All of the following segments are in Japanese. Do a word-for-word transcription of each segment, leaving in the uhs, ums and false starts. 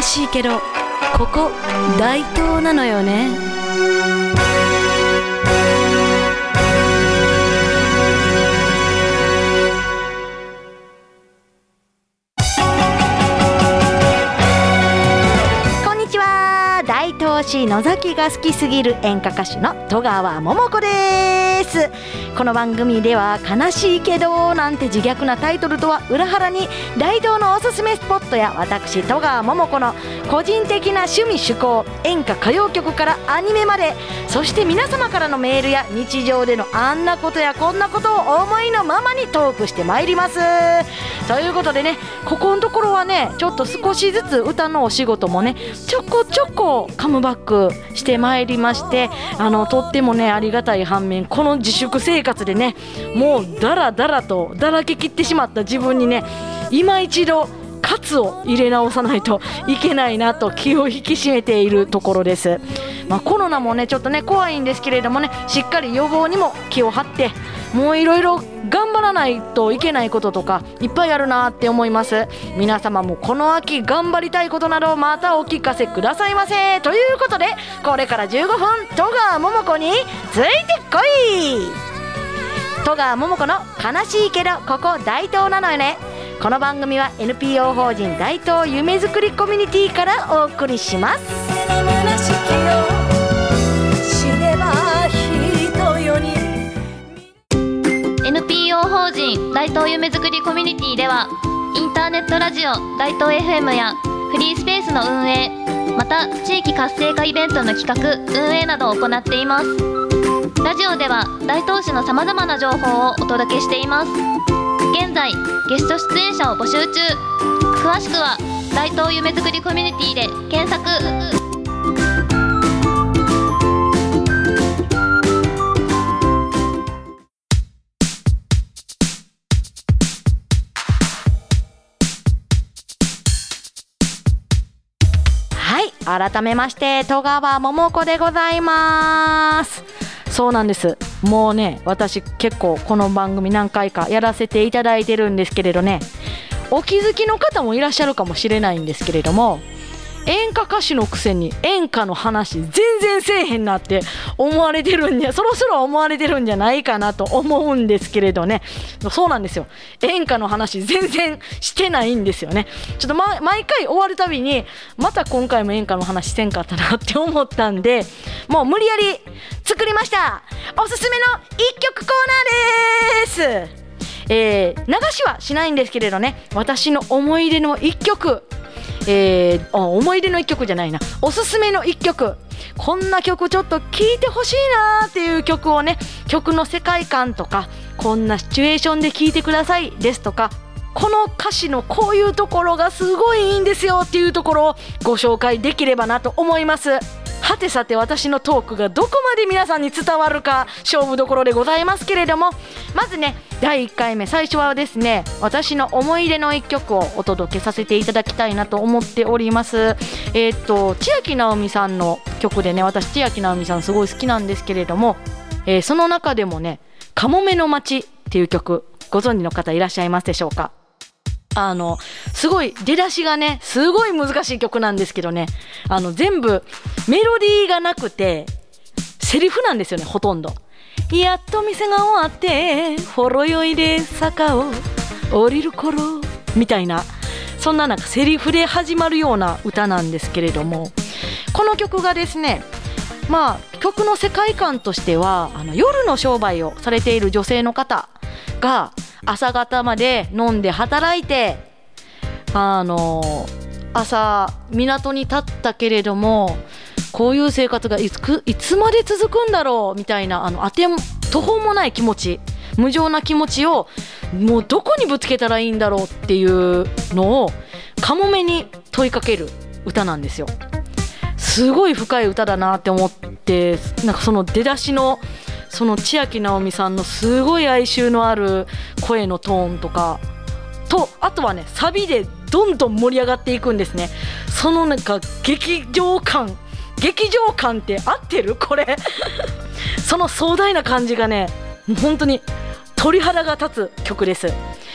しいけどここ大東なのよね。 こんにちは。大東市野崎が好きすぎる演歌歌手の戸川桃子です。この番組では悲しいけどなんて自虐なタイトルとは裏腹に大東のおすすめスポットや私戸川桃子の個人的な趣味趣向、演歌歌謡曲からアニメまで、そして皆様からのメールや日常でのあんなことやこんなことを思いのままにトークしてまいります。ということでね、ここのところはねちょっと少しずつ歌のお仕事もねちょこちょこカムバックしてまいりまして、あのとってもねありがたい反面、この自粛生活でねもうダラダラとだらけきってしまった自分にね今一度喝を入れ直さないといけないなと気を引き締めているところです。まあ、コロナもねちょっとね怖いんですけれどもね、しっかり予防にも気を張ってもういろいろ頑張らないといけないこととかいっぱいあるなって思います。皆様もこの秋頑張りたいことなどまたお聞かせくださいませ。ということでこれからじゅうごふん戸川桃子についてこい。戸川桃子の悲しいけどここ大東なのよね。この番組は エヌピーオー 法人大東夢づくりコミュニティからお送りします。 エヌピーオー 法人大東夢づくりコミュニティではインターネットラジオ大東 エフエム やフリースペースの運営、また地域活性化イベントの企画運営などを行っています。ラジオでは大東市のさまざまな情報をお届けしています。現在ゲスト出演者を募集中。詳しくは大東夢づくりコミュニティで検索。 はい、改めまして戸川桃子でございます。そうなんです。もうね私結構この番組何回かやらせていただいてるんですけれどね、お気づきの方もいらっしゃるかもしれないんですけれども、演歌歌手のくせに演歌の話全然せえへんなって思われてるんじゃそろそろ思われてるんじゃないかなと思うんですけれどね。そうなんですよ、演歌の話全然してないんですよね。ちょっと、ま、毎回終わるたびにまた今回も演歌の話してんかったなって思ったんで、もう無理やり作りました。おすすめの一曲コーナーです。えー、流しはしないんですけれどね、私の思い出の一曲、えー、思い出の一曲じゃないなおすすめの一曲、こんな曲ちょっと聴いてほしいなっていう曲をね、曲の世界観とかこんなシチュエーションで聴いてくださいですとか、この歌詞のこういうところがすごいいいんですよっていうところをご紹介できればなと思います。はてさて私のトークがどこまで皆さんに伝わるか勝負どころでございますけれども、まずねだいいっかいめ最初はですね、私の思い出の一曲をお届けさせていただきたいなと思っております。えー、っと千秋直美さんの曲でね、私千秋直美さんすごい好きなんですけれども、えー、その中でもねかもめの街っていう曲ご存知の方いらっしゃいますでしょうか。あのすごい出だしがねすごい難しい曲なんですけどね、あの全部メロディーがなくてセリフなんですよね。ほとんどやっと店が終わってほろ酔いで坂を降りる頃みたいな、そんななんかセリフで始まるような歌なんですけれども、この曲がですね、まあ曲の世界観としてはあの夜の商売をされている女性の方が朝方まで飲んで働いて、あの朝港に立ったけれどもこういう生活がいつ、いつまで続くんだろうみたいな、あの当て途方もない気持ち、無情な気持ちをもうどこにぶつけたらいいんだろうっていうのをかもめに問いかける歌なんですよ。すごい深い歌だなって思って、なんかその出だしのその千秋直美さんのすごい哀愁のある声のトーンとかと、あとはねサビでどんどん盛り上がっていくんですね。そのなんか劇場感劇場感って合ってるこれその壮大な感じがね本当に鳥肌が立つ曲です。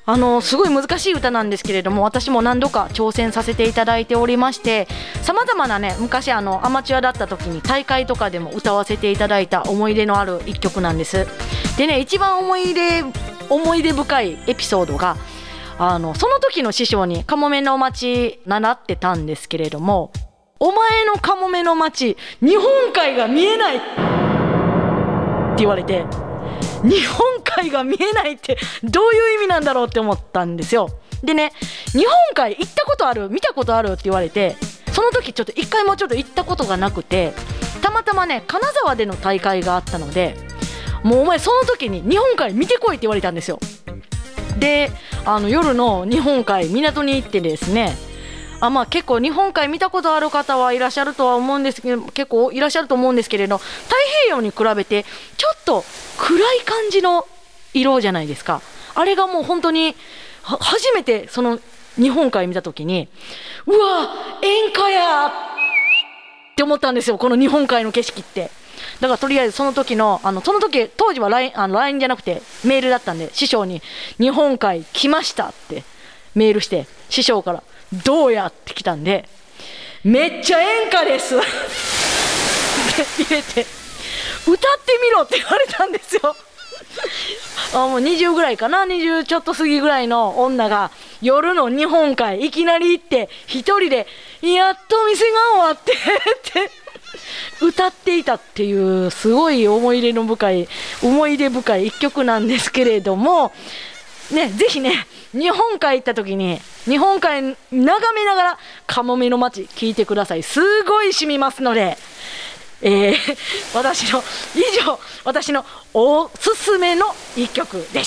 あのすごい難しい歌なんですけれども、私も何度か挑戦させていただいておりまして、さまざまなね、昔あのアマチュアだった時に大会とかでも歌わせていただいた思い出のある一曲なんです。でね、一番思い出思い出深いエピソードが、あのその時の師匠にカモメの町習ってたんですけれども、お前のカモメの町日本海が見えないって言われて、日本海が見えないってどういう意味なんだろうって思ったんですよ。でね、日本海行ったことある、見たことあるって言われて、その時ちょっと一回もちょっと行ったことがなくて、たまたまね金沢での大会があったので、もうお前その時に日本海見てこいって言われたんですよ。で、あの夜の日本海港に行ってですね、あ、まあ結構日本海見たことある方はいらっしゃるとは思うんですけど、結構いらっしゃると思うんですけれど、太平洋に比べてちょっと暗い感じの色じゃないですか。あれがもう本当に初めてその日本海見た時に、うわ演歌やって思ったんですよ、この日本海の景色って。だからとりあえずその時のあのその時当時は ライン, あの ライン じゃなくてメールだったんで、師匠に日本海来ましたってメールして、師匠からどうやって来たんで、めっちゃ演歌ですって入れて、歌ってみろって言われたんですよあ、もうにじゅうぐらいかな、にじゅうちょっと過ぎぐらいの女が夜の日本海いきなり行って一人でやっと店が終わってって歌っていたっていう、すごい思い出の深い思い出深い一曲なんですけれどもね、ぜひね日本海行った時に日本海眺めながらカモメの町聞いてください。すごい染みますので、えー、私の以上私のおすすめの一曲でした。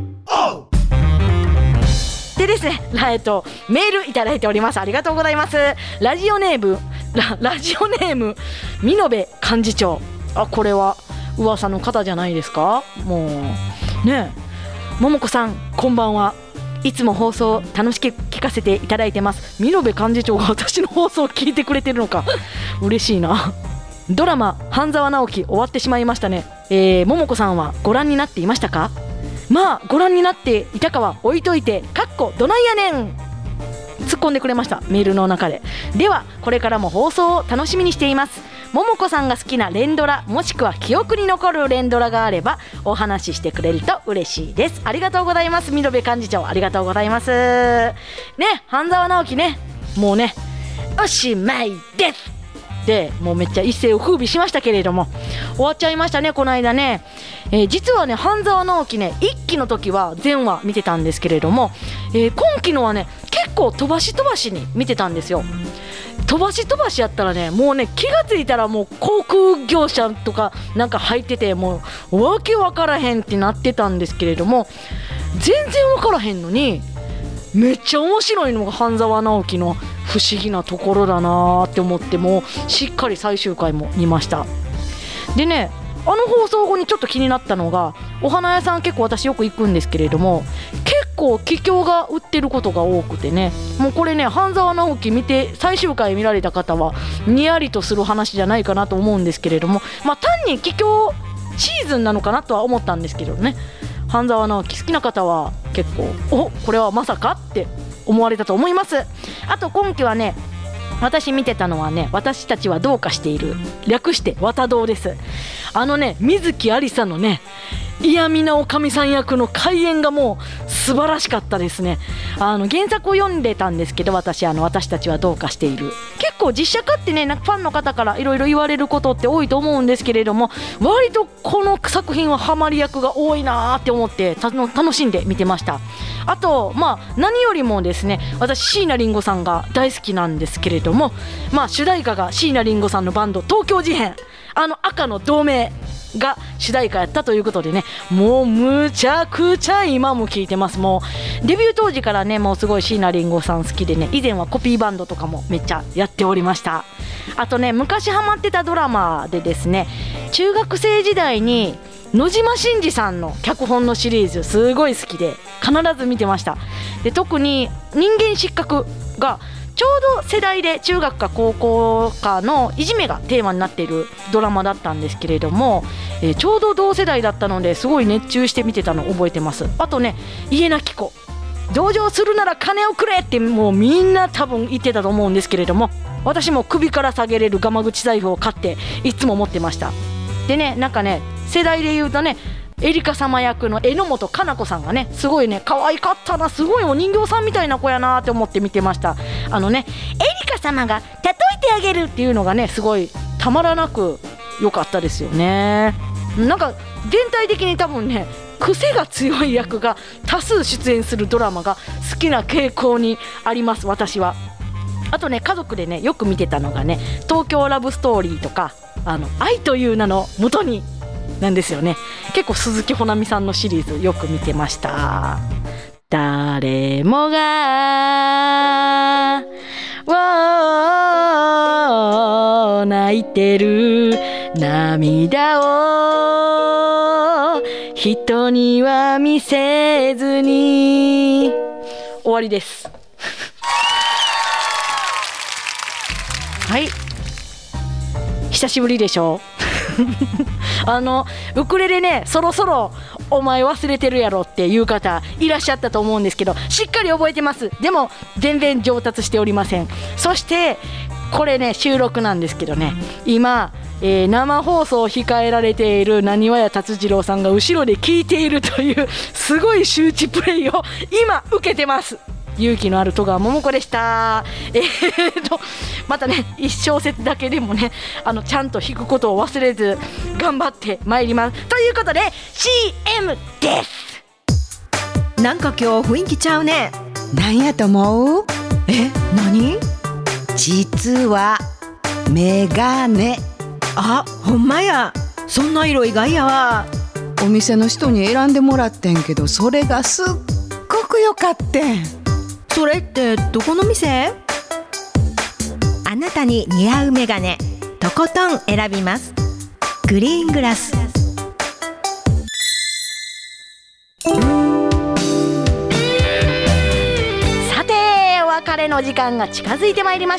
でですね、えっとメールいただいております。ありがとうございます。ラジオネーム ラ, ラジオネーム美濃部幹事長、あ、これは噂の方じゃないですか。もうね、ももこさんこんばんは。いつも放送楽しく聞かせていただいてます。美濃部幹事長が私の放送を聞いてくれてるのか嬉しいな。ドラマ半沢直樹終わってしまいましたね。えー、ももこさんはご覧になっていましたか？まあご覧になっていたかは置いといて、かっこどないやねん突っ込んでくれました、メールの中で。ではこれからも放送を楽しみにしています。ももこさんが好きな連ドラもしくは記憶に残る連ドラがあればお話ししてくれると嬉しいです。ありがとうございます。美濃部幹事長ありがとうございますね。半沢直樹ね、もうねおしまいですで、もうめっちゃ一世を風靡しましたけれども終わっちゃいましたね、この間ね。えー、実はね半沢直樹ねいっきの時は全話見てたんですけれども、えー、今期のはね結構飛ばし飛ばしに見てたんですよ。飛ばし飛ばしやったらね、もうね気がついたらもう航空業者とかなんか入ってて、もうわけわからへんってなってたんですけれども、全然わからへんのにめっちゃ面白いのが半沢直樹の不思議なところだなって思って、もうしっかり最終回も見ました。でね、あの放送後にちょっと気になったのが、お花屋さん結構私よく行くんですけれども、結構桔梗が売ってることが多くてね、もうこれね半沢直樹見て最終回見られた方はにやりとする話じゃないかなと思うんですけれども、まあ単に桔梗シーズンなのかなとは思ったんですけどね、半沢直樹好きな方は結構おこれはまさかって思われたと思います。あと今期はね私見てたのはね、私たちはどうかしている、略して綿堂です。あのね水木有沙のね嫌味なおかみさん役の開演がもう素晴らしかったですね。あの原作を読んでたんですけど、私あの私たちはどうかしている、結構実写化ってねなんかファンの方からいろいろ言われることって多いと思うんですけれども、割とこの作品はハマり役が多いなって思ってたの楽しんで見てました。あとまあ何よりもですね、私椎名林檎さんが大好きなんですけれども、まあ主題歌が椎名林檎さんのバンド東京事変、あの赤の同盟が主題歌やったということでね、もうむちゃくちゃ今も聴いてます。もうデビュー当時からねもうすごい椎名林檎さん好きでね、以前はコピーバンドとかもめっちゃやっておりました。あとね昔ハマってたドラマでですね、中学生時代に野島伸司さんの脚本のシリーズすごい好きで必ず見てました。で特に人間失格がちょうど世代で中学か高校かのいじめがテーマになっているドラマだったんですけれども、えー、ちょうど同世代だったのですごい熱中して見てたのを覚えてます。あとね、家なき子、同情するなら金をくれってもうみんな多分言ってたと思うんですけれども、私も首から下げれるガマ口財布を買っていつも持ってました。でね、なんかね、世代で言うとね、エリカ様役の榎本かな子さんがね、すごいね可愛かったな、すごいお人形さんみたいな子やなって思って見てました。あのね、エリカ様が例えてあげるっていうのがね、すごいたまらなく良かったですよね。なんか全体的に多分ね、癖が強い役が多数出演するドラマが好きな傾向にあります、私は。あとね、家族でねよく見てたのがね、東京ラブストーリーとか、あの愛という名の元になんですよね。結構鈴木保奈美さんのシリーズよく見てました。誰もがを泣いてる涙を人には見せずに。終わりです。はい、久しぶりでしょあのウクレレね、そろそろお前忘れてるやろっていう方いらっしゃったと思うんですけど、しっかり覚えてます。でも全然上達しておりません。そしてこれね、収録なんですけどね、今、えー、生放送を控えられているなにわや達次郎さんが後ろで聞いているというすごい周知プレイを今受けてます。勇気のある戸川桃子でした。えーとまたね、一小節だけでもね、あのちゃんと弾くことを忘れず頑張ってまいります。ということで シーエム です。 なんか今日雰囲気ちゃうね。 なんやと思う？ え、何？ 実はメガネ。 あ、ほんまや。そんな色意外やわ。 お店の人に選んでもらってんけど、それがすっごくよかってん。 それってどこの店？ あなたに似合うメガネ、とことん選びます。グリーングラス。 さて、お別れの時間が近づいてまいりました。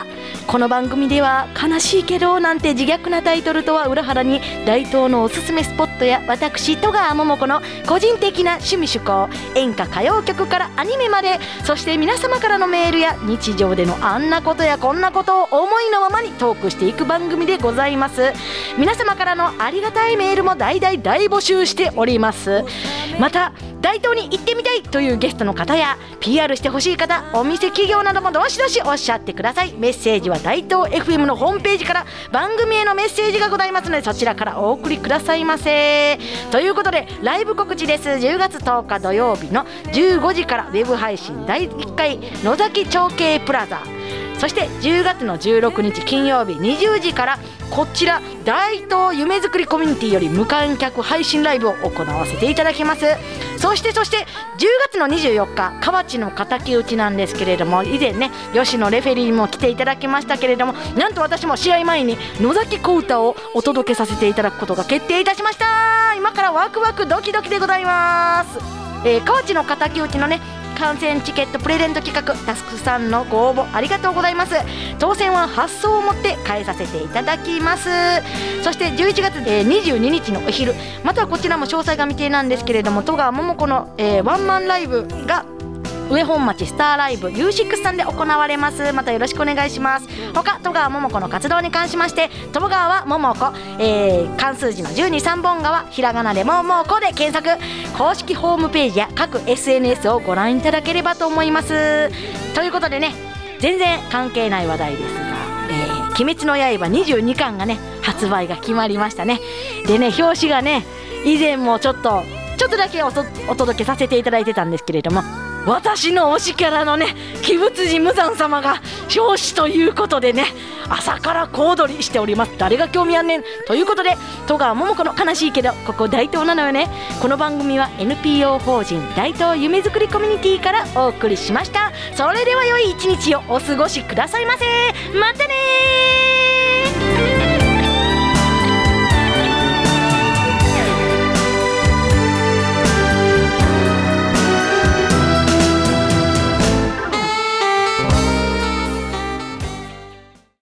この番組では悲しいけどなんて自虐なタイトルとは裏腹に、大東のおすすめスポットや私戸川桃子の個人的な趣味趣向、演歌歌謡曲からアニメまで、そして皆様からのメールや日常でのあんなことやこんなことを思いのままにトークしていく番組でございます。皆様からのありがたいメールも大大大募集しております。また大東に行ってみたいというゲストの方や ピーアール してほしい方、お店企業などもどしどしおっしゃってください。メッセージは大東 エフエム のホームページから番組へのメッセージがございますので、そちらからお送りくださいませ。ということでライブ告知です。じゅうがつとおか土曜日のじゅうごじからウェブ配信だいいっかい野崎長慶プラザ、そしてじゅうがつのじゅうろくにち金曜日にじゅうじからこちら大東夢づくりコミュニティより無観客配信ライブを行わせていただきます。そしてそしてじゅうがつのにじゅうよっか、河内の敵討ちなんですけれども、以前ね吉野レフェリーにも来ていただきましたけれども、なんと私も試合前に野崎小唄をお届けさせていただくことが決定いたしました。今からワクワクドキドキでございます。えー、河内の敵討ちのね観戦チケットプレゼント企画、タスクさんのご応募ありがとうございます。当選は発送をもって返させていただきます。そしてじゅういちがつにじゅうににちのお昼、またこちらも詳細が未定なんですけれども、戸川桃子の、えー、ワンマンライブが上本町スターライブ ユーシックス さんで行われます。またよろしくお願いします。他戸川桃子の活動に関しまして、戸川桃子、えー、漢数字のじゅうに、さんぼん川、ひらがなで桃子で検索、公式ホームページや各 エスエヌエス をご覧いただければと思います。ということでね、全然関係ない話題ですが、えー、鬼滅の刃にじゅうにかんがね発売が決まりましたね。でね、表紙がね以前もちょっとちょっとだけ お, お届けさせていただいてたんですけれども、私の推しキャラのね鬼仏寺無惨様が表紙ということでね、朝から小躍りしております。誰が興味あんねんということで、戸川桃子の悲しいけどここ大東なのよね。この番組は エヌピーオー 法人大東夢づくりコミュニティからお送りしました。それでは良い一日をお過ごしくださいませ。また